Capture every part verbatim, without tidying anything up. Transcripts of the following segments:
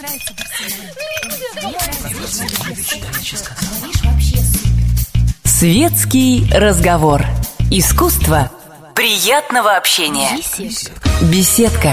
Светский разговор. Искусство приятного общения. Беседка.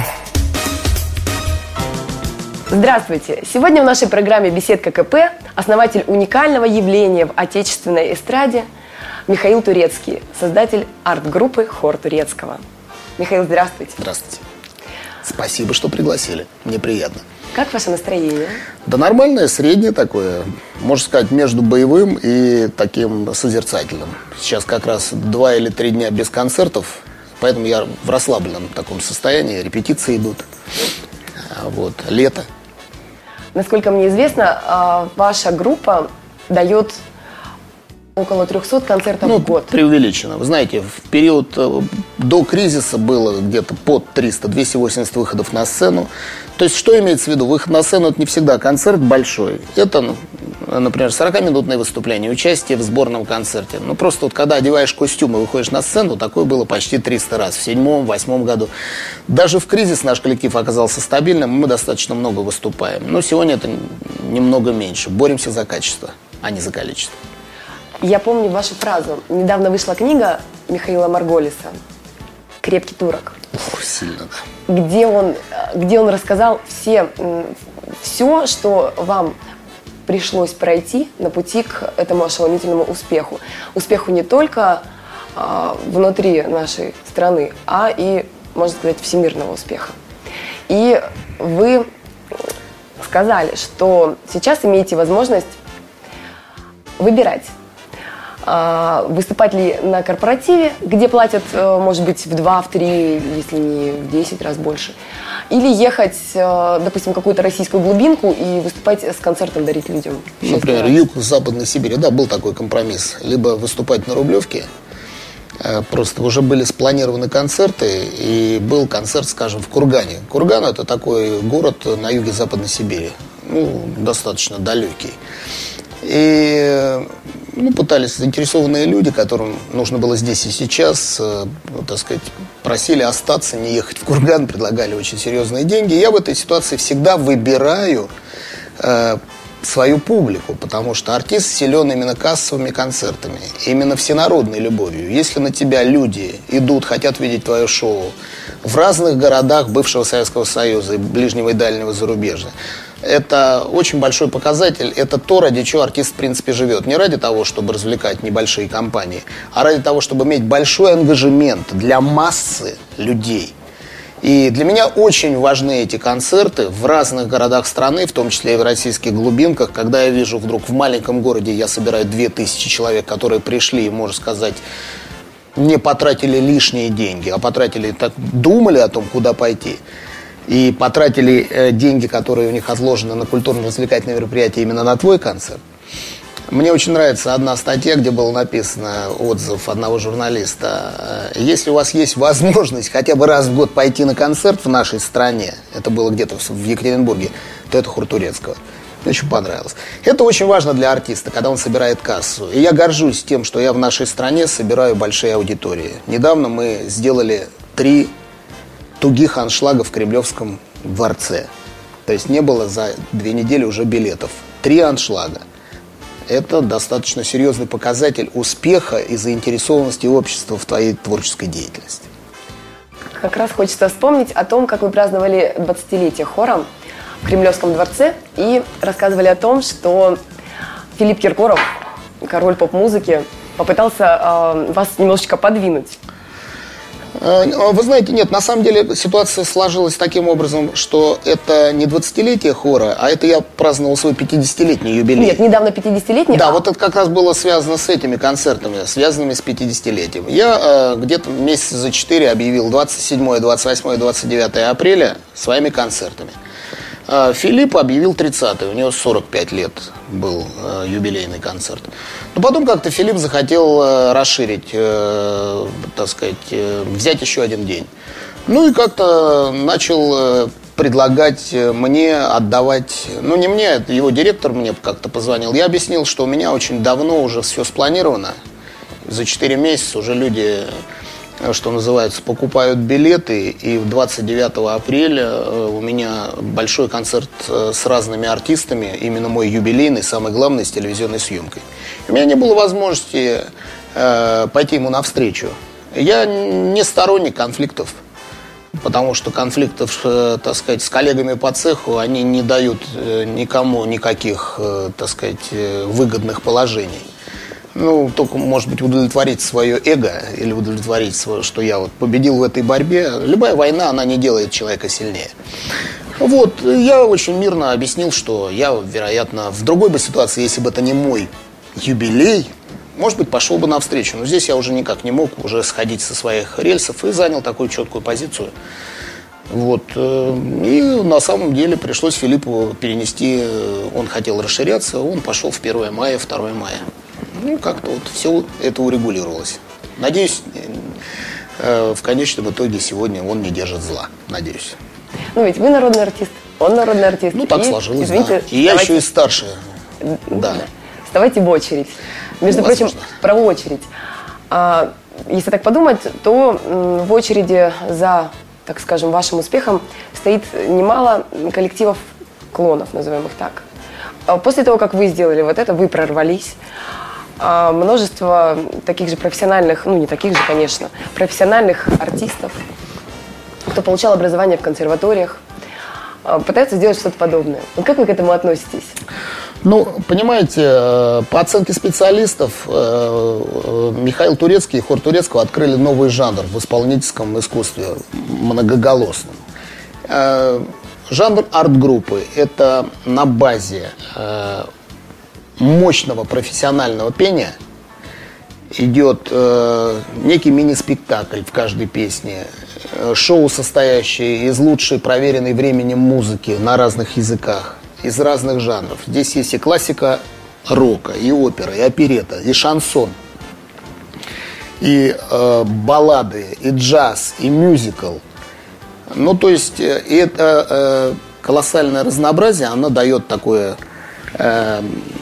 Здравствуйте! Сегодня в нашей программе «Беседка КП» основатель уникального явления в отечественной эстраде Михаил Турецкий, создатель арт-группы «Хор Турецкого». Михаил, здравствуйте! Здравствуйте! Спасибо, что пригласили. Мне приятно. Как ваше настроение? Да нормальное, среднее такое. Можно сказать, между боевым и таким созерцательным. Сейчас как раз два или три дня без концертов, поэтому я в расслабленном таком состоянии. Репетиции идут. Вот, лето. Насколько мне известно, ваша группа дает около трехсот концертов ну, в год. Преувеличено. Вы знаете, в период до кризиса было где-то под триста - двести восемьдесят выходов на сцену. То есть, что имеется в виду? Выход на сцену – это не всегда концерт большой. Это, например, сорокаминутное выступление, участие в сборном концерте. Ну, просто вот когда одеваешь костюм и выходишь на сцену, такое было почти триста раз. В седьмом, восьмом году. Даже в кризис наш коллектив оказался стабильным, мы достаточно много выступаем. Но сегодня это немного меньше. Боремся за качество, а не за количество. Я помню вашу фразу. Недавно вышла книга Михаила Марголиса «Крепкий турок». Ух, сильно, да. Где он, где он рассказал все, все, что вам пришлось пройти на пути к этому ошеломительному успеху. Успеху не только э, внутри нашей страны, а и, можно сказать, всемирного успеха. И вы сказали, что сейчас имеете возможность выбирать, выступать ли на корпоративе, где платят, может быть, в два, в три, если не в десять раз больше, или ехать, допустим, в какую-то российскую глубинку и выступать с концертом, дарить людям. Например, юг Западной Сибири, да, был такой компромисс. Либо выступать на Рублевке, просто уже были спланированы концерты, и был концерт, скажем, в Кургане. Курган – это такой город на юге Западной Сибири, ну, достаточно далекий. И ну, пытались заинтересованные люди, которым нужно было здесь и сейчас, э, так сказать, просили остаться, не ехать в Курган, предлагали очень серьезные деньги. Я в этой ситуации всегда выбираю э, свою публику, потому что артист силен именно кассовыми концертами, именно всенародной любовью. Если на тебя люди идут, хотят видеть твое шоу в разных городах бывшего Советского Союза, ближнего и дальнего зарубежья, это очень большой показатель. Это то, ради чего артист, в принципе, живет. Не ради того, чтобы развлекать небольшие компании, а ради того, чтобы иметь большой ангажемент для массы людей. И для меня очень важны эти концерты в разных городах страны, в том числе и в российских глубинках. Когда я вижу вдруг в маленьком городе я собираю две тысячи человек, которые пришли и, можно сказать, не потратили лишние деньги, а потратили, так, думали о том, куда пойти. И потратили э, деньги, которые у них отложены на культурно-развлекательные мероприятия, именно на твой концерт. Мне очень нравится одна статья, где было написано, отзыв одного журналиста. Если у вас есть возможность хотя бы раз в год пойти на концерт в нашей стране, это было где-то в Екатеринбурге, то это Хор Турецкого. Мне очень понравилось. Это очень важно для артиста, когда он собирает кассу. И я горжусь тем, что я в нашей стране собираю большие аудитории. Недавно мы сделали три тугих аншлагов в Кремлевском дворце. То есть не было за две недели уже билетов. Три аншлага. Это достаточно серьезный показатель успеха и заинтересованности общества в твоей творческой деятельности. Как раз хочется вспомнить о том, как вы праздновали двадцатилетие хора в Кремлевском дворце и рассказывали о том, что Филипп Киркоров, король поп-музыки, попытался э, вас немножечко подвинуть. Вы знаете, нет, на самом деле ситуация сложилась таким образом, что это не двадцатилетие хора, а это я праздновал свой пятидесятилетний юбилей. Нет, недавно пятидесятилетний? Да, а... вот это как раз было связано с этими концертами, связанными с пятидесятилетием. Я э, где-то месяца за четыре объявил двадцать седьмое, двадцать восьмое, двадцать девятое апреля своими концертами. Э, Филипп объявил тридцатое, у него сорок пять лет был э, юбилейный концерт. Но потом как-то Филипп захотел э, расширить, э, так сказать, э, взять еще один день. Ну и как-то начал э, предлагать мне отдавать, ну не мне, это его директор мне как-то позвонил. Я объяснил, что у меня очень давно уже все спланировано. За четыре месяца уже люди что называется, покупают билеты, и двадцать девятого апреля у меня большой концерт с разными артистами, именно мой юбилейный, самый главный, с телевизионной съемкой. У меня не было возможности э, пойти ему навстречу. Я не сторонник конфликтов, потому что конфликтов, э, так сказать, с коллегами по цеху, они не дают э, никому никаких, э, так сказать, э, выгодных положений. Ну, только, может быть, удовлетворить свое эго или удовлетворить свое, что я вот победил в этой борьбе. Любая война, она не делает человека сильнее. Вот, я очень мирно объяснил, что я, вероятно, в другой бы ситуации, если бы это не мой юбилей, может быть, пошел бы навстречу. Но здесь я уже никак не мог уже сходить со своих рельсов и занял такую четкую позицию. Вот. И на самом деле пришлось Филиппу перенести, он хотел расширяться, он пошел в первое мая, второе мая. Ну, как-то вот все это урегулировалось. Надеюсь, в конечном итоге сегодня он не держит зла. Надеюсь. Ну, ведь вы народный артист, он народный артист. Ну, так и, сложилось, извините, да. И я еще и старше. Да. Вставайте в очередь. Между ну, прочим, про очередь. А, если так подумать, то в очереди за, так скажем, вашим успехом стоит немало коллективов клонов, назовем их так. А после того, как вы сделали вот это, вы прорвались. А множество таких же профессиональных, ну не таких же, конечно, профессиональных артистов, кто получал образование в консерваториях, пытаются сделать что-то подобное. Вот как вы к этому относитесь? Ну, понимаете, по оценке специалистов, Михаил Турецкий и хор Турецкого открыли новый жанр в исполнительском искусстве, многоголосном. Жанр арт-группы – это на базе мощного профессионального пения идет э, некий мини-спектакль в каждой песне, э, шоу, состоящее из лучшей проверенной временем музыки на разных языках, из разных жанров. Здесь есть и классика рока, и опера, и оперетта, и шансон, и э, баллады, и джаз, и мюзикл. Ну, то есть, э, это э, колоссальное разнообразие, оно дает такое э,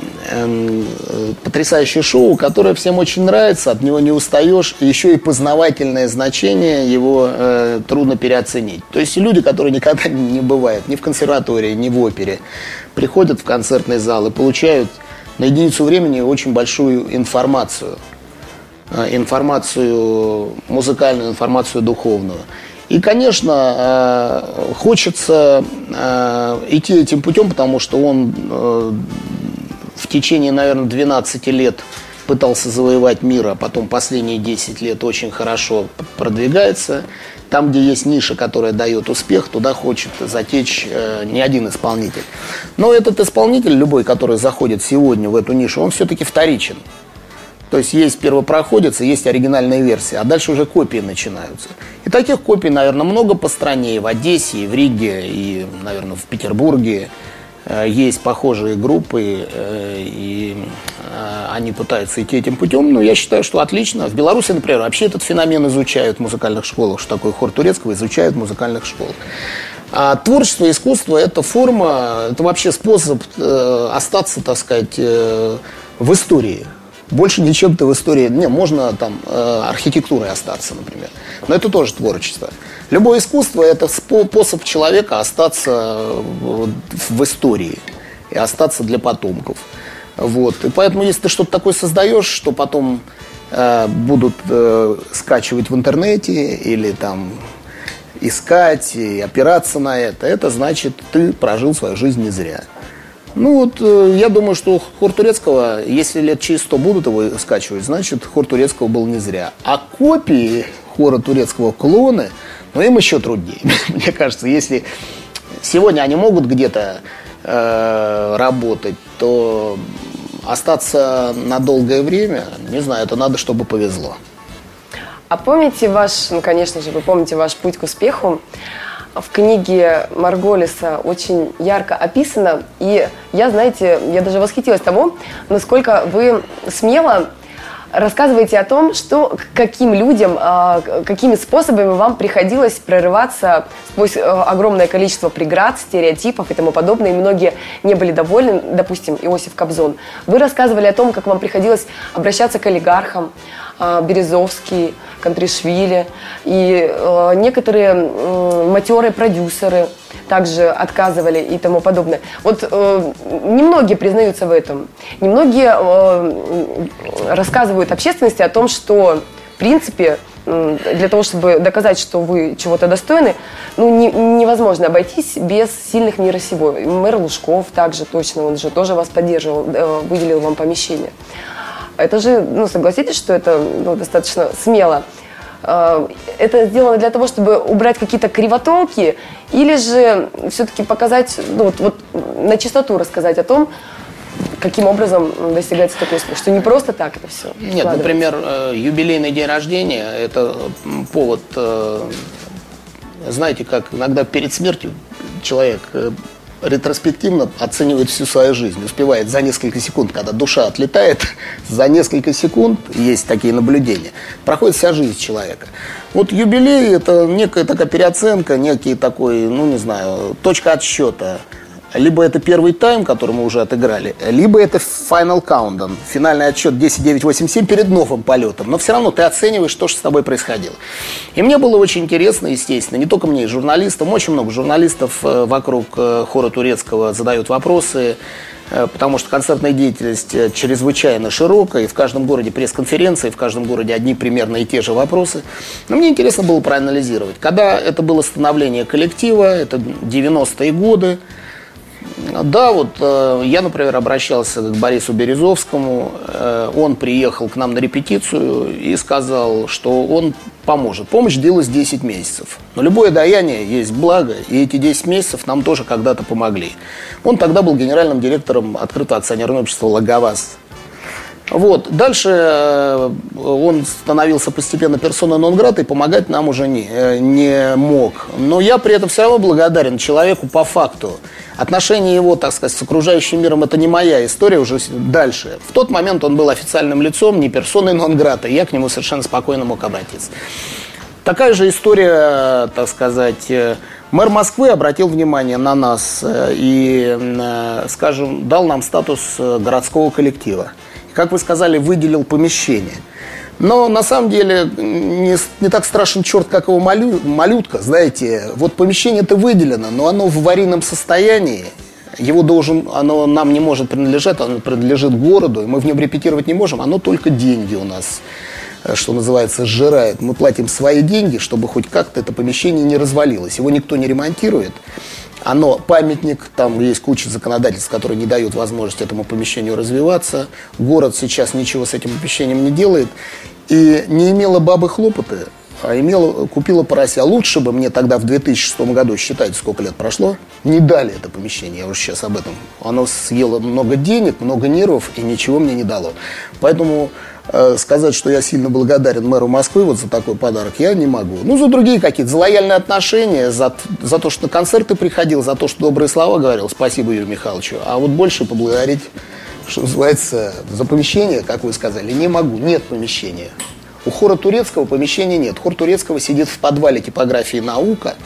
потрясающее шоу, которое всем очень нравится, от него не устаешь, и еще и познавательное значение его э, трудно переоценить. То есть люди, которые никогда не бывают ни в консерватории, ни в опере, приходят в концертный зал и получают на единицу времени очень большую информацию. Э, информацию музыкальную, информацию духовную. И, конечно, э, хочется э, идти этим путем, потому что он э, в течение, наверное, двенадцати лет пытался завоевать мир, а потом последние десять лет очень хорошо продвигается. Там, где есть ниша, которая дает успех, туда хочет затечь э, не один исполнитель. Но этот исполнитель, любой, который заходит сегодня в эту нишу, он все-таки вторичен. То есть есть первопроходец и есть оригинальная версия, а дальше уже копии начинаются. И таких копий, наверное, много по стране, и в Одессе, и в Риге, и, наверное, в Петербурге. Есть похожие группы, и они пытаются идти этим путем, но я считаю, что отлично. В Беларуси, например, вообще этот феномен изучают в музыкальных школах, что такое хор Турецкого, изучают в музыкальных школах. А творчество, искусство – это форма, это вообще способ остаться, так сказать, в истории. Больше ничем ты в истории, не, можно там архитектурой остаться, например, но это тоже творчество. Любое искусство – это способ человека остаться в истории и остаться для потомков. Вот. И поэтому, если ты что-то такое создаешь, что потом э, будут э, скачивать в интернете или там искать и опираться на это, это значит, ты прожил свою жизнь не зря. Ну вот, э, я думаю, что хор Турецкого, если лет через сто будут его скачивать, значит, хор Турецкого был не зря. А копии хора Турецкого, клоны, но им еще труднее. Мне кажется, если сегодня они могут где-то э, работать, то остаться на долгое время, не знаю, это надо, чтобы повезло. А помните ваш, ну, конечно же, вы помните ваш путь к успеху? В книге Марголиса очень ярко описано, и я, знаете, я даже восхитилась того, насколько вы смело рассказываете о том, что каким людям, какими способами вам приходилось прорываться сквозь огромное количество преград, стереотипов и тому подобное, и многие не были довольны, допустим, Иосиф Кобзон. Вы рассказывали о том, как вам приходилось обращаться к олигархам, Березовский, Контришвили. И некоторые матерые продюсеры также отказывали и тому подобное. Вот немногие признаются в этом. Немногие рассказывают общественности о том, что в принципе для того, чтобы доказать, что вы чего-то достойны, ну, не, невозможно обойтись без сильных мира сего. Мэр Лужков также точно, он же тоже вас поддерживал, выделил вам помещение. Это же, ну, согласитесь, что это, ну, достаточно смело. Это сделано для того, чтобы убрать какие-то кривотолки, или же все-таки показать, ну, вот, вот на чистоту рассказать о том, каким образом достигается такой успех? Что не просто так это все? Нет, например, юбилейный день рождения – это повод, знаете, как иногда перед смертью человек ретроспективно оценивает всю свою жизнь, успевает за несколько секунд, когда душа отлетает, за несколько секунд, есть такие наблюдения, проходит вся жизнь человека. Вот юбилей – это некая такая переоценка, некий такой, ну не знаю, точка отсчета. Либо это первый тайм, который мы уже отыграли, либо это final countdown, финальный отсчет десять, девять, восемь, семь перед новым полетом. Но все равно ты оцениваешь то, что с тобой происходило. И мне было очень интересно, естественно, не только мне, и журналистам. Очень много журналистов вокруг хора турецкого задают вопросы, потому что концертная деятельность чрезвычайно широкая, и в каждом городе пресс-конференции, в каждом городе одни примерно и те же вопросы. Но мне интересно было проанализировать. Когда это было становление коллектива, это девяностые годы, да, вот э, я, например, обращался к Борису Березовскому, э, он приехал к нам на репетицию и сказал, что он поможет. Помощь длилась десять месяцев, но любое даяние есть благо, и эти десять месяцев нам тоже когда-то помогли. Он тогда был генеральным директором открытого акционерного общества «Лаговаз». Вот. Дальше он становился постепенно персоной нон-грата и помогать нам уже не, не мог. Но я при этом все равно благодарен человеку по факту. Отношения его, так сказать, с окружающим миром – это не моя история, уже дальше. В тот момент он был официальным лицом, не персоной нон-грата, и я к нему совершенно спокойно мог обратиться. Такая же история, так сказать, мэр Москвы обратил внимание на нас и, скажем, дал нам статус городского коллектива. Как вы сказали, выделил помещение. Но на самом деле не, не так страшен черт, как его малю, малютка. Знаете, вот помещение-то выделено, но оно в аварийном состоянии. Его должен, оно нам не может принадлежать, оно принадлежит городу, и мы в нем репетировать не можем. Оно только деньги у нас, что называется, сжирает. Мы платим свои деньги, чтобы хоть как-то это помещение не развалилось. Его никто не ремонтирует. Оно памятник, там есть куча законодательств, которые не дают возможности этому помещению развиваться. Город сейчас ничего с этим помещением не делает. И не имела бабы хлопоты, а имела, купила порося. Лучше бы мне тогда в две тысячи шестом году, считайте, сколько лет прошло, не дали это помещение. Я уже сейчас об этом. Оно съело много денег, много нервов и ничего мне не дало. Поэтому э, сказать, что я сильно благодарен мэру Москвы вот за такой подарок, я не могу. Ну, за другие какие-то, за лояльные отношения, за, за то, что на концерты приходил, за то, что добрые слова говорил. Спасибо Юрию Михайловичу. А вот больше поблагодарить, что называется, за помещение, как вы сказали, не могу. Нет помещения. У хора турецкого помещения нет. Хор турецкого сидит в подвале типографии «Наука»,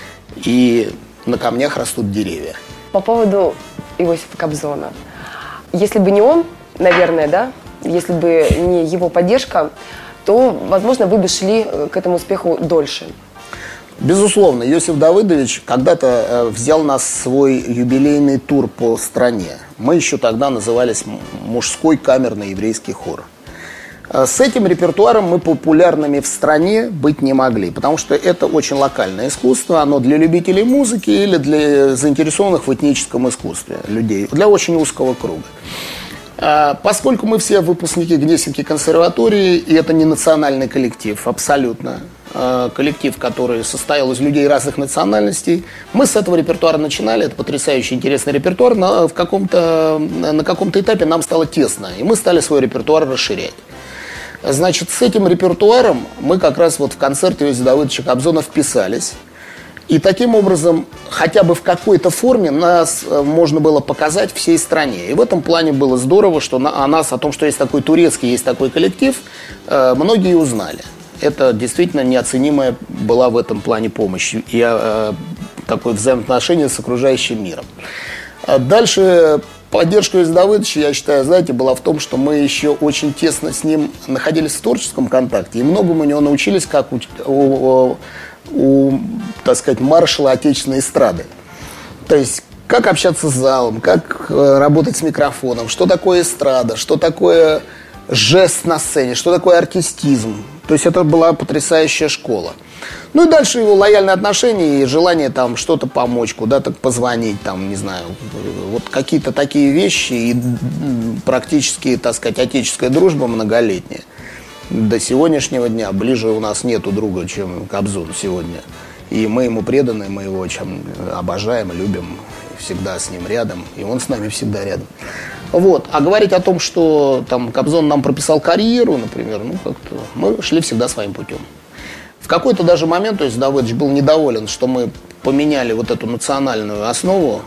и на камнях растут деревья. По поводу Иосифа Кобзона. Если бы не он, наверное, да, если бы не его поддержка, то, возможно, вы бы шли к этому успеху дольше. Безусловно, Иосиф Давыдович когда-то взял нас в свой юбилейный тур по стране. Мы еще тогда назывались «Мужской камерный еврейский хор». С этим репертуаром мы популярными в стране быть не могли, потому что это очень локальное искусство, оно для любителей музыки или для заинтересованных в этническом искусстве людей, для очень узкого круга. Поскольку мы все выпускники Гнесинской консерватории, и это не национальный коллектив, абсолютно, коллектив, который состоял из людей разных национальностей, мы с этого репертуара начинали, это потрясающий интересный репертуар, но в каком-то, на каком-то этапе нам стало тесно, и мы стали свой репертуар расширять. Значит, с этим репертуаром мы как раз вот в концерт Иосифа Давыдовича Кобзона вписались. И таким образом, хотя бы в какой-то форме нас можно было показать всей стране. И в этом плане было здорово, что о нас, о том, что есть такой турецкий, есть такой коллектив, многие узнали. Это действительно неоценимая была в этом плане помощь и такое взаимоотношение с окружающим миром. Дальше поддержка из Давыдовича, я считаю, знаете, была в том, что мы еще очень тесно с ним находились в творческом контакте, и многому у него научились, как у, у, у, так сказать, маршала отечественной эстрады. То есть, как общаться с залом, как работать с микрофоном, что такое эстрада, что такое жест на сцене, что такое артистизм. То есть, это была потрясающая школа. Ну и дальше его лояльное отношение и желание там что-то помочь, куда-то позвонить, там, не знаю, вот какие-то такие вещи и практически, так сказать, отеческая дружба многолетняя. До сегодняшнего дня ближе у нас нету друга, чем Кобзон сегодня. И мы ему преданы, мы его очень обожаем, любим, всегда с ним рядом, и он с нами всегда рядом. Вот. А говорить о том, что там Кобзон нам прописал карьеру, например, ну как-то мы шли всегда своим путем. В какой-то даже момент, то есть Давыдович был недоволен, что мы поменяли вот эту национальную основу.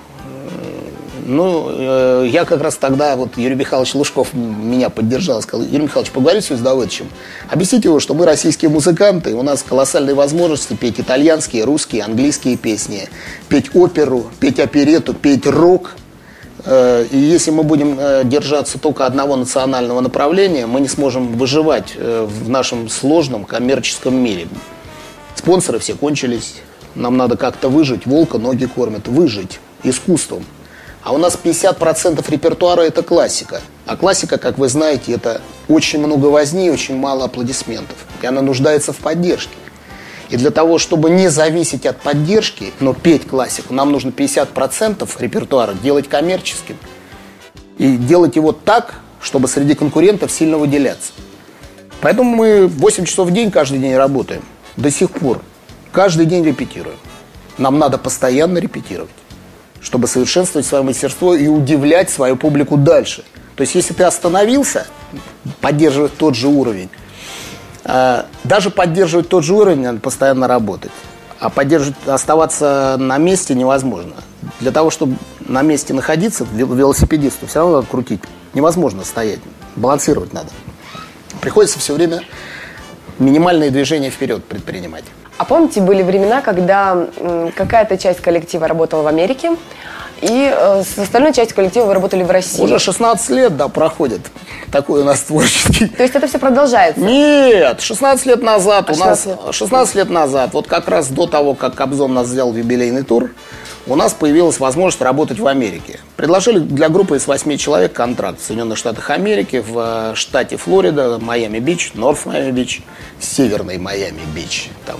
Ну, я как раз тогда, вот Юрий Михайлович Лужков меня поддержал, сказал: Юрий Михайлович, поговорите с Давыдовичем, объясните его, что мы российские музыканты, у нас колоссальные возможности петь итальянские, русские, английские песни, петь оперу, петь оперетту, петь рок. И если мы будем держаться только одного национального направления, мы не сможем выживать в нашем сложном коммерческом мире. Спонсоры все кончились, нам надо как-то выжить, волка ноги кормят, выжить искусством. А у нас пятьдесят процентов репертуара – это классика. А классика, как вы знаете, это очень много возни и очень мало аплодисментов. И она нуждается в поддержке. И для того, чтобы не зависеть от поддержки, но петь классику, нам нужно пятьдесят процентов репертуара делать коммерческим. И делать его так, чтобы среди конкурентов сильно выделяться. Поэтому мы восемь часов в день каждый день работаем. До сих пор. Каждый день репетируем. Нам надо постоянно репетировать, чтобы совершенствовать свое мастерство и удивлять свою публику дальше. То есть, если ты остановился, поддерживать тот же уровень, даже поддерживать тот же уровень, надо постоянно работать. А поддерживать, оставаться на месте невозможно. Для того, чтобы на месте находиться, велосипедисту все равно надо крутить. Невозможно стоять, балансировать надо. Приходится все время минимальные движения вперед предпринимать. А помните, были времена, когда м, какая-то часть коллектива работала в Америке, и э, с остальной частью коллектива вы работали в России? Уже шестнадцать лет, да, проходит. Такой у нас творческий. То есть это все продолжается? Нет, шестнадцать лет назад а у нас... шестнадцать лет назад, вот как раз до того, как Кобзон нас сделал юбилейный тур, у нас появилась возможность работать в Америке. Предложили для группы из восьми человек контракт в Соединенных Штатах Америки, в штате Флорида, Майами-Бич, Норф Майами-Бич, Северный Майами-Бич. Там...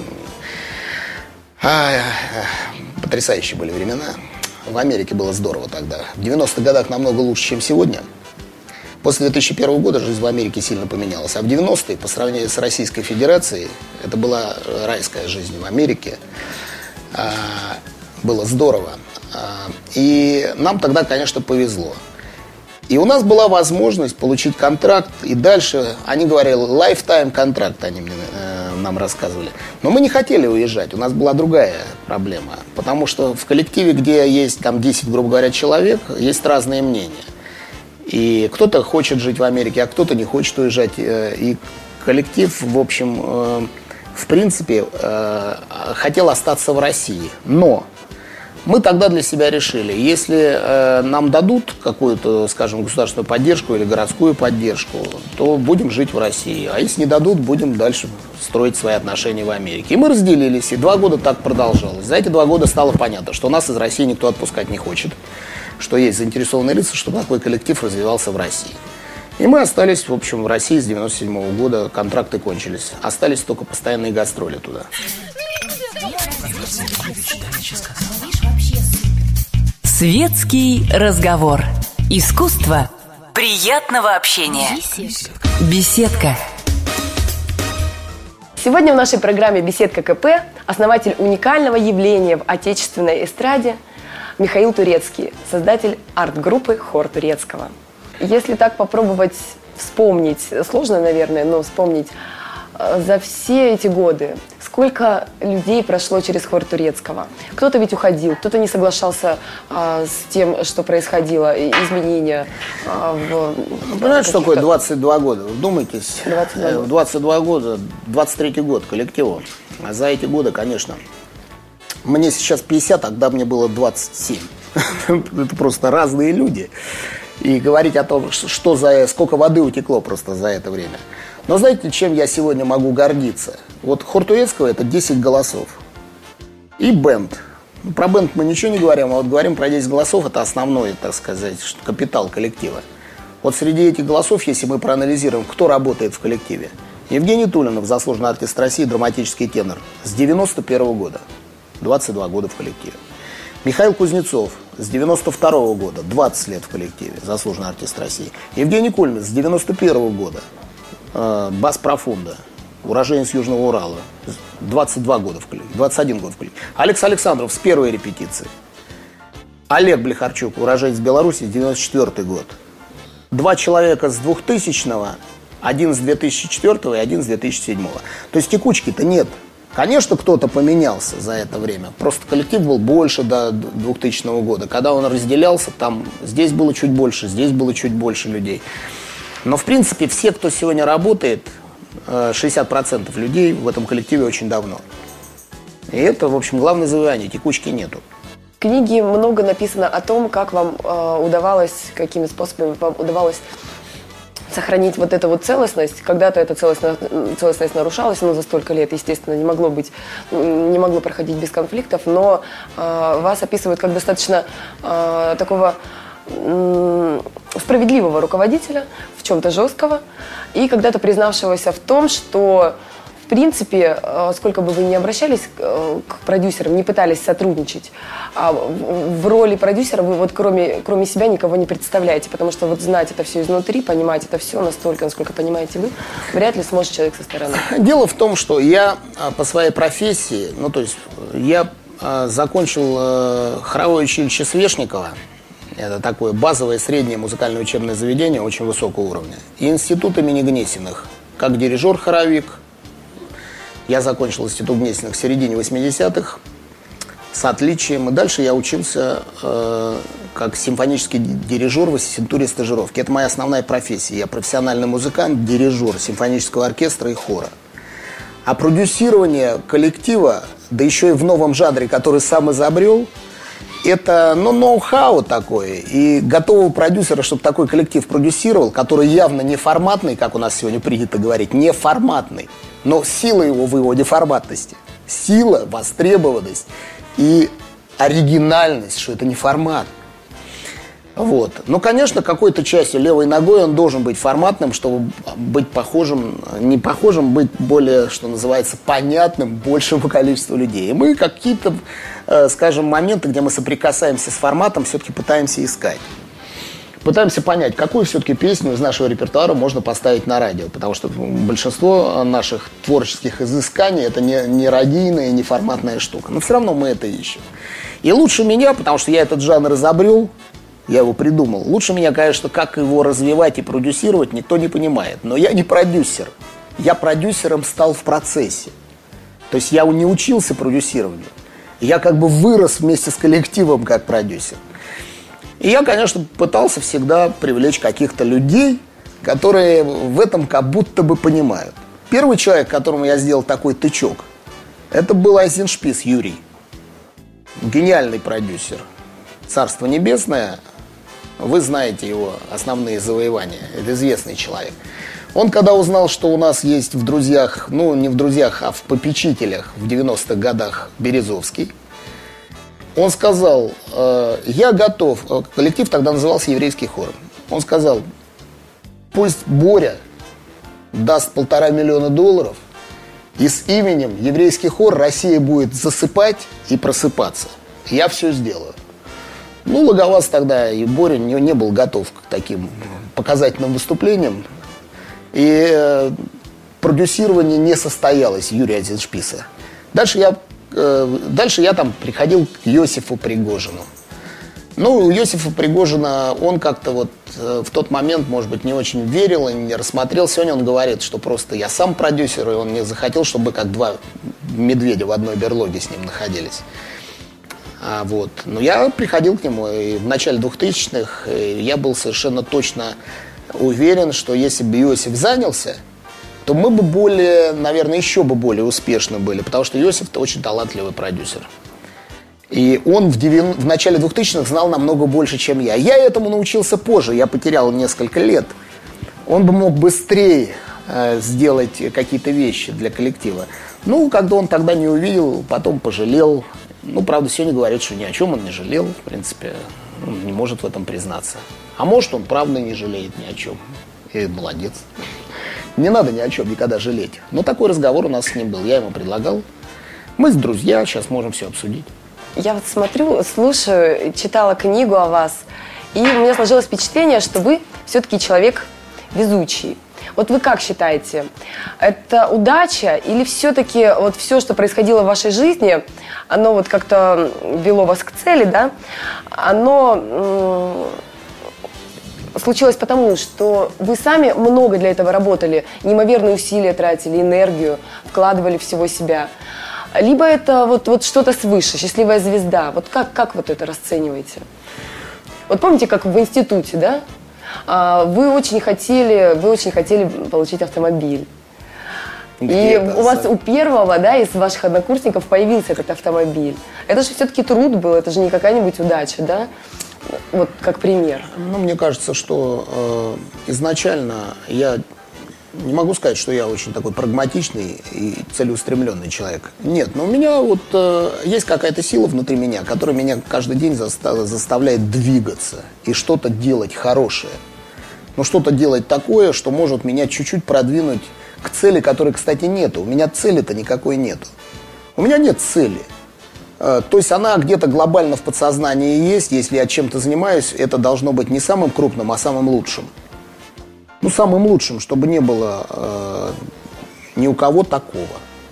А, потрясающие были времена. В Америке было здорово тогда. В девяностых годах намного лучше, чем сегодня. После две тысячи первого года жизнь в Америке сильно поменялась. А в девяностые, по сравнению с Российской Федерацией, это была райская жизнь в Америке. А, было здорово. А, и нам тогда, конечно, повезло. И у нас была возможность получить контракт. И дальше, они говорили, lifetime контракт, они мне, э, нам рассказывали. Но мы не хотели уезжать. У нас была другая проблема. Потому что в коллективе, где есть там десять, грубо говоря, человек, есть разные мнения. И кто-то хочет жить в Америке, а кто-то не хочет уезжать. И коллектив, в общем, в принципе, хотел остаться в России. Но мы тогда для себя решили, если нам дадут какую-то, скажем, государственную поддержку или городскую поддержку, то будем жить в России. А если не дадут, будем дальше строить свои отношения в Америке. И мы разделились, и два года так продолжалось. За эти два года стало понятно, что нас из России никто отпускать не хочет, что есть заинтересованные лица, чтобы такой коллектив развивался в России. И мы остались, в общем, в России с девяносто седьмого года, контракты кончились. Остались только постоянные гастроли туда. Светский разговор. Искусство приятного общения. Беседка. Сегодня в нашей программе «Беседка КП» основатель уникального явления в отечественной эстраде Михаил Турецкий, создатель арт-группы «Хор Турецкого». Если так попробовать вспомнить, сложно, наверное, но вспомнить, за все эти годы сколько людей прошло через хор Турецкого. Кто-то ведь уходил, кто-то не соглашался а, с тем, что происходило, изменения а, в... Ну, понимаете, что такое двадцать два года? Вдумайтесь, двадцать два года. двадцать два года, двадцать третий год коллективу. А за эти годы, конечно, мне сейчас пятьдесят, тогда мне было двадцать семь. Это просто разные люди. и говорить о том, что за, сколько воды утекло просто за это время. Но знаете, чем я сегодня могу гордиться? Вот хор Турецкого – это десять голосов. И бенд. Про бенд мы ничего не говорим, а вот говорим про десять голосов – это основной, так сказать, капитал коллектива. Вот среди этих голосов, если мы проанализируем, кто работает в коллективе. Евгений Тулинов, заслуженный артист России, драматический тенор, с девяносто первого года, двадцать два года в коллективе. Михаил Кузнецов с девяносто второго года, двадцать лет в коллективе, заслуженный артист России. Евгений Кульмин с девяносто первого года, э, бас профунда, уроженец Южного Урала, двадцать два года в коллективе, двадцать один год в коллективе. Алекс Александров с первой репетиции. Олег Блехарчук, уроженец Беларуси, девяносто четвёртый год. Два человека с двухтысячного, один с две тысячи четвёртого и один с две тысячи седьмого. То есть текучки-то нет. Конечно, кто-то поменялся за это время. Просто коллектив был больше до двухтысячного года. Когда он разделялся, там здесь было чуть больше, здесь было чуть больше людей. Но, в принципе, все, кто сегодня работает, шестьдесят процентов людей в этом коллективе очень давно. И это, в общем, главное завоевание. Текучки нету. В книге много написано о том, как вам э, удавалось, какими способами вам удавалось сохранить вот эту вот целостность. Когда-то эта целостность, целостность нарушалась, но за столько лет, естественно, не могло быть, не могло проходить без конфликтов, но э, вас описывают как достаточно э, такого э, справедливого руководителя, в чем-то жесткого, и когда-то признавшегося в том, что в принципе, сколько бы вы ни обращались к продюсерам, не пытались сотрудничать, а в роли продюсера вы вот кроме, кроме себя никого не представляете, потому что вот знать это все изнутри, понимать это все настолько, насколько понимаете вы, вряд ли сможет человек со стороны. Дело в том, что я по своей профессии, ну то есть я закончил хоровое училище Свешникова, это такое базовое среднее музыкальное учебное заведение очень высокого уровня, и институт имени Гнесиных, как дирижер-хоровик. Я закончил институт Гнесиных в середине восьмидесятых с отличием. И дальше я учился э, как симфонический дирижер в ассистентуре стажировки. Это моя основная профессия. Я профессиональный музыкант, дирижер симфонического оркестра и хора. А продюсирование коллектива, да еще и в новом жанре, который сам изобрел, это, ну, ноу-хау такое. И готового продюсера, чтобы такой коллектив продюсировал, который явно не форматный, как у нас сегодня принято говорить, не форматный. Но сила его в его неформатности. Сила, востребованность и оригинальность, что это не формат. Вот. Ну, конечно, какой-то частью левой ногой он должен быть форматным, чтобы быть похожим, не похожим, быть более, что называется, понятным большему количеству людей. И мы какие-то, э, скажем, моменты, где мы соприкасаемся с форматом, все-таки пытаемся искать. Пытаемся понять, какую все-таки песню из нашего репертуара можно поставить на радио. Потому что большинство наших творческих изысканий это не, не радийная, не форматная штука. Но все равно мы это ищем. И лучше меня, потому что я этот жанр изобрел, я его придумал. Лучше меня, конечно, как его развивать и продюсировать, никто не понимает. Но я не продюсер. Я продюсером стал в процессе. То есть я не учился продюсированию. Я как бы вырос вместе с коллективом как продюсер. И я, конечно, пытался всегда привлечь каких-то людей, которые в этом как будто бы понимают. Первый человек, которому я сделал такой тычок, это был Айзеншпис Юрий. Гениальный продюсер. Царство небесное. Вы знаете его основные завоевания. Это известный человек. Он, когда узнал, что у нас есть в друзьях, ну, не в друзьях, а в попечителях в девяностых годах Березовский, он сказал, э, я готов, коллектив тогда назывался «Еврейский хор». Он сказал, пусть Боря даст полтора миллиона долларов, и с именем «Еврейский хор» Россия будет засыпать и просыпаться. Я все сделаю. Ну, Логоваз тогда и Боря не, не был готов к таким показательным выступлениям. И э, продюсирование не состоялось Юрия Айзеншписа. Дальше я Дальше я там приходил к Иосифу Пригожину. Ну, у Иосифа Пригожина, он как-то вот в тот момент, может быть, не очень верил и не рассмотрел. Сегодня он говорит, что просто я сам продюсер, и он не захотел, чтобы как два медведя в одной берлоге с ним находились. А вот. Но я приходил к нему, и в начале двухтысячных я был совершенно точно уверен, что если бы Иосиф занялся, то мы бы более, наверное, еще бы более успешны были, потому что Иосиф-то очень талантливый продюсер. И он в, девян... в начале двухтысячных знал намного больше, чем я. Я этому научился позже, я потерял несколько лет. Он бы мог быстрее э, сделать какие-то вещи для коллектива. Ну, когда он тогда не увидел, потом пожалел. Ну, правда, сегодня говорит, что ни о чем он не жалел. В принципе, он не может в этом признаться. А может, он правда не жалеет ни о чем. И молодец. Не надо ни о чем никогда жалеть. Но такой разговор у нас с ним был. Я ему предлагал. Мы с друзья, сейчас можем все обсудить. Я вот смотрю, слушаю, читала книгу о вас, и у меня сложилось впечатление, что вы все-таки человек везучий. Вот вы как считаете, это удача или все-таки вот все, что происходило в вашей жизни, оно вот как-то вело вас к цели, да? Оно м- случилось потому, что вы сами много для этого работали, неимоверные усилия тратили, энергию, вкладывали всего себя. Либо это вот, вот что-то свыше, счастливая звезда. Вот как, как вот это расцениваете? Вот помните, как в институте, да? А, вы очень хотели, вы очень хотели получить автомобиль. Где и у вас, у первого, да, из ваших однокурсников появился этот автомобиль. Это же все-таки труд был, это же не какая-нибудь удача, да? Вот как пример. Ну, мне кажется, что э, изначально я... Не могу сказать, что я очень такой прагматичный и целеустремленный человек. Нет, но у меня вот э, есть какая-то сила внутри меня, которая меня каждый день заста- заставляет двигаться и что-то делать хорошее. Но что-то делать такое, что может меня чуть-чуть продвинуть к цели, которой, кстати, нету. У меня цели-то никакой нету. У меня нет цели. Э, то есть она где-то глобально в подсознании есть. Если я чем-то занимаюсь, это должно быть не самым крупным, а самым лучшим. Ну, самым лучшим, чтобы не было э, ни у кого такого.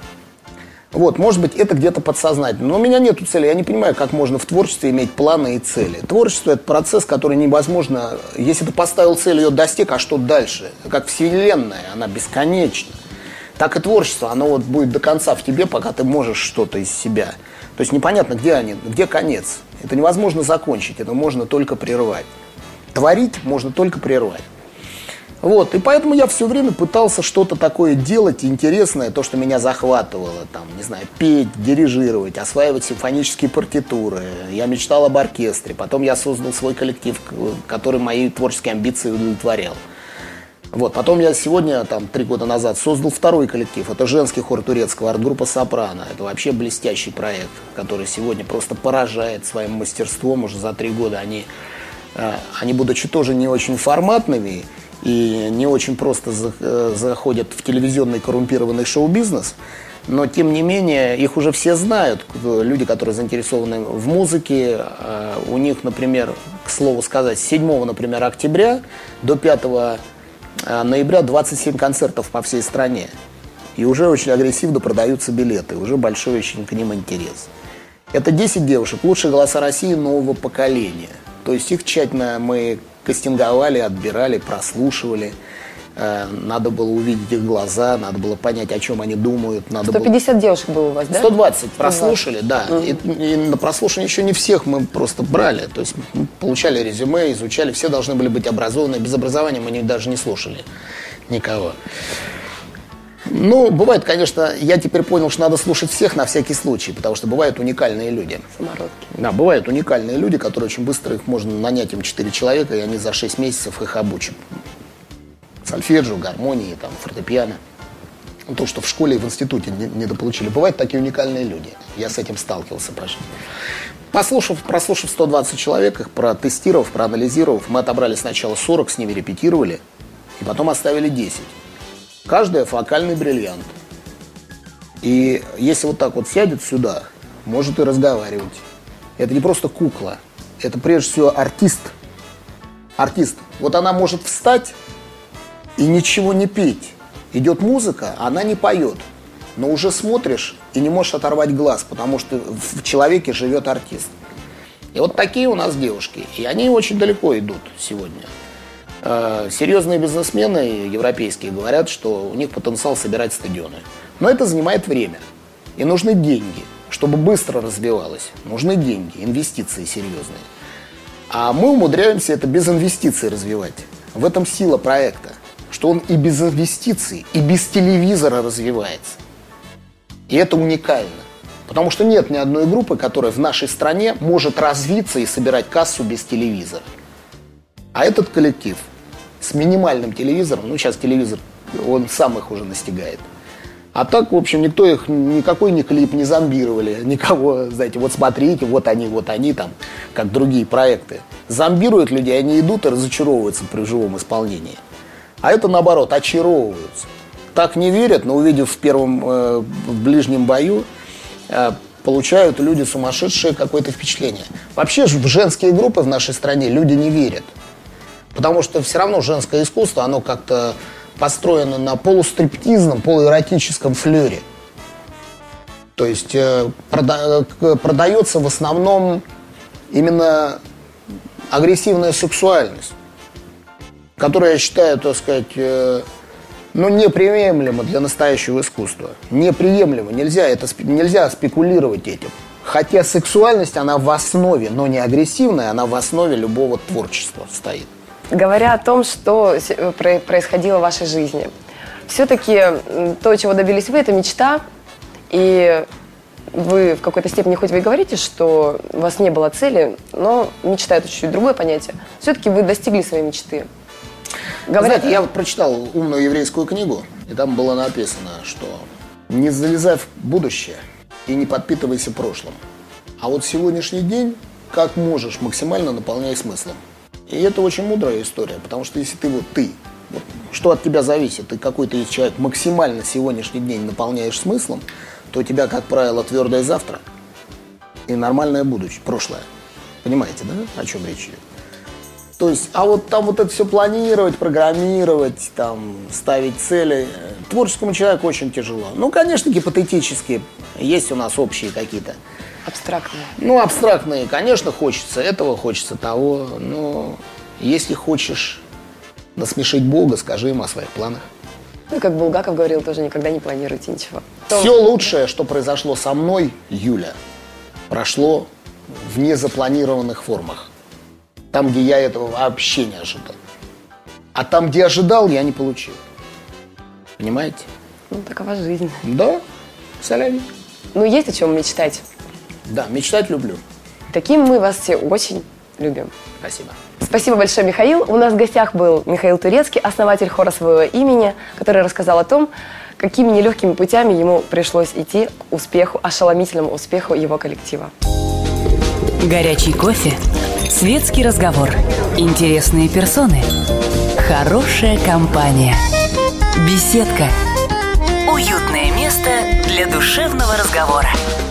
Вот, может быть, это где-то подсознательно. Но у меня нету цели. Я не понимаю, как можно в творчестве иметь планы и цели. Творчество – это процесс, который невозможно... Если ты поставил цель, ее достиг, а что дальше? Как Вселенная, она бесконечна. Так и творчество, оно вот будет до конца в тебе, пока ты можешь что-то из себя. То есть непонятно, где они, где конец. Это невозможно закончить, это можно только прервать. Творить можно только прервать. Вот, и поэтому я все время пытался что-то такое делать интересное, то, что меня захватывало, там, не знаю, петь, дирижировать, осваивать симфонические партитуры. Я мечтал об оркестре, потом я создал свой коллектив, который мои творческие амбиции удовлетворял. Вот, потом я сегодня, там, три года назад создал второй коллектив, это женский хор турецкого, арт-группа «Сопрано». Это вообще блестящий проект, который сегодня просто поражает своим мастерством. Уже за три года они, они будучи тоже не очень форматными, и не очень просто заходят в телевизионный коррумпированный шоу-бизнес, но тем не менее их уже все знают, люди, которые заинтересованы в музыке. У них, например, к слову сказать, с седьмого, например, октября до пятого ноября двадцать семь концертов по всей стране. И уже очень агрессивно продаются билеты, уже большой очень к ним интерес. Это десять девушек, лучшие голоса России нового поколения. То есть их тщательно мы кастинговали, отбирали, прослушивали. Надо было увидеть их глаза, надо было понять, о чем они думают. Надо сто пятьдесят было... девушек было у вас, да? сто двадцать прослушали, да. Угу. И, и на прослушивание еще не всех мы просто брали. То есть мы получали резюме, изучали. Все должны были быть образованы. Без образования мы не, даже не слушали никого. Ну, бывает, конечно, я теперь понял, что надо слушать всех на всякий случай, потому что бывают уникальные люди. Самородки. Да, бывают уникальные люди, которые очень быстро, их можно нанять, им четыре человека, и они за шесть месяцев их обучат. Сольфеджио, гармонии, там, фортепиано. Ну, то, что в школе и в институте недополучили. Бывают такие уникальные люди. Я с этим сталкивался, прошу. Послушав, прослушав сто двадцать человек, их протестировав, проанализировав, мы отобрали сначала сорок, с ними репетировали, и потом оставили десять. Каждая фокальный бриллиант. И если вот так вот сядет сюда, может и разговаривать. Это не просто кукла, это прежде всего артист. Артист. Вот она может встать и ничего не петь. Идет музыка, она не поет. Но уже смотришь и не можешь оторвать глаз, потому что в человеке живет артист. И вот такие у нас девушки. И они очень далеко идут сегодня. Серьезные бизнесмены европейские говорят, что у них потенциал собирать стадионы. Но это занимает время. И нужны деньги. Чтобы быстро развивалось, нужны деньги, инвестиции серьезные. А мы умудряемся это без инвестиций развивать. В этом сила проекта. Что он и без инвестиций, и без телевизора развивается. И это уникально. Потому что нет ни одной группы, которая в нашей стране может развиться и собирать кассу без телевизора. А этот коллектив с минимальным телевизором, ну сейчас телевизор, он сам их уже настигает. А так, в общем, никто их, никакой ни клип не зомбировали, никого, знаете, вот смотрите, вот они, вот они там, как другие проекты. Зомбируют людей, они идут и разочаровываются при живом исполнении. А это, наоборот, очаровываются. Так не верят, но увидев в первом, э, в ближнем бою, э, получают люди сумасшедшие какое-то впечатление. Вообще в женские группы в нашей стране люди не верят. Потому что все равно женское искусство, оно как-то построено на полустриптизном, полуэротическом флёре. То есть э, прода- продается в основном именно агрессивная сексуальность, которая, я считаю, так сказать, э, ну, неприемлемо для настоящего искусства. Неприемлемо. Нельзя, это, нельзя спекулировать этим. Хотя сексуальность, она в основе, но не агрессивная, она в основе любого творчества стоит. Говоря о том, что происходило в вашей жизни, все-таки то, чего добились вы, это мечта, и вы в какой-то степени, хоть вы и говорите, что у вас не было цели, но мечта – это чуть-чуть другое понятие. Все-таки вы достигли своей мечты. Говорят, знаете, я вот прочитал умную еврейскую книгу, и там было написано, что не залезай в будущее и не подпитывайся прошлым. А вот сегодняшний день, как можешь, максимально наполняй смыслом. И это очень мудрая история, потому что если ты вот ты, вот, что от тебя зависит, ты какой-то из человек максимально сегодняшний день наполняешь смыслом, то у тебя, как правило, твердое завтра и нормальное будущее, прошлое. Понимаете, да, о чем речь идет? То есть, а вот там вот это все планировать, программировать, там, ставить цели, творческому человеку очень тяжело. Ну, конечно, гипотетически есть у нас общие какие-то. Абстрактные. Ну, абстрактные, конечно, хочется этого, хочется того, но если хочешь насмешить Бога, скажи ему о своих планах. Ну, как Булгаков говорил, тоже никогда не планируйте ничего. Все лучшее, что произошло со мной, Юля, прошло в незапланированных формах. Там, где я этого вообще не ожидал. А там, где ожидал, я не получил. Понимаете? Ну, такова жизнь. Да, соляви. Ну, есть о чем мечтать. Да, мечтать люблю. Таким мы вас все очень любим. Спасибо. Спасибо большое, Михаил. У нас в гостях был Михаил Турецкий, основатель хора своего имени, который рассказал о том, какими нелегкими путями ему пришлось идти к успеху, ошеломительному успеху его коллектива. Горячий кофе, светский разговор, интересные персоны, хорошая компания, беседка, уютное место для душевного разговора.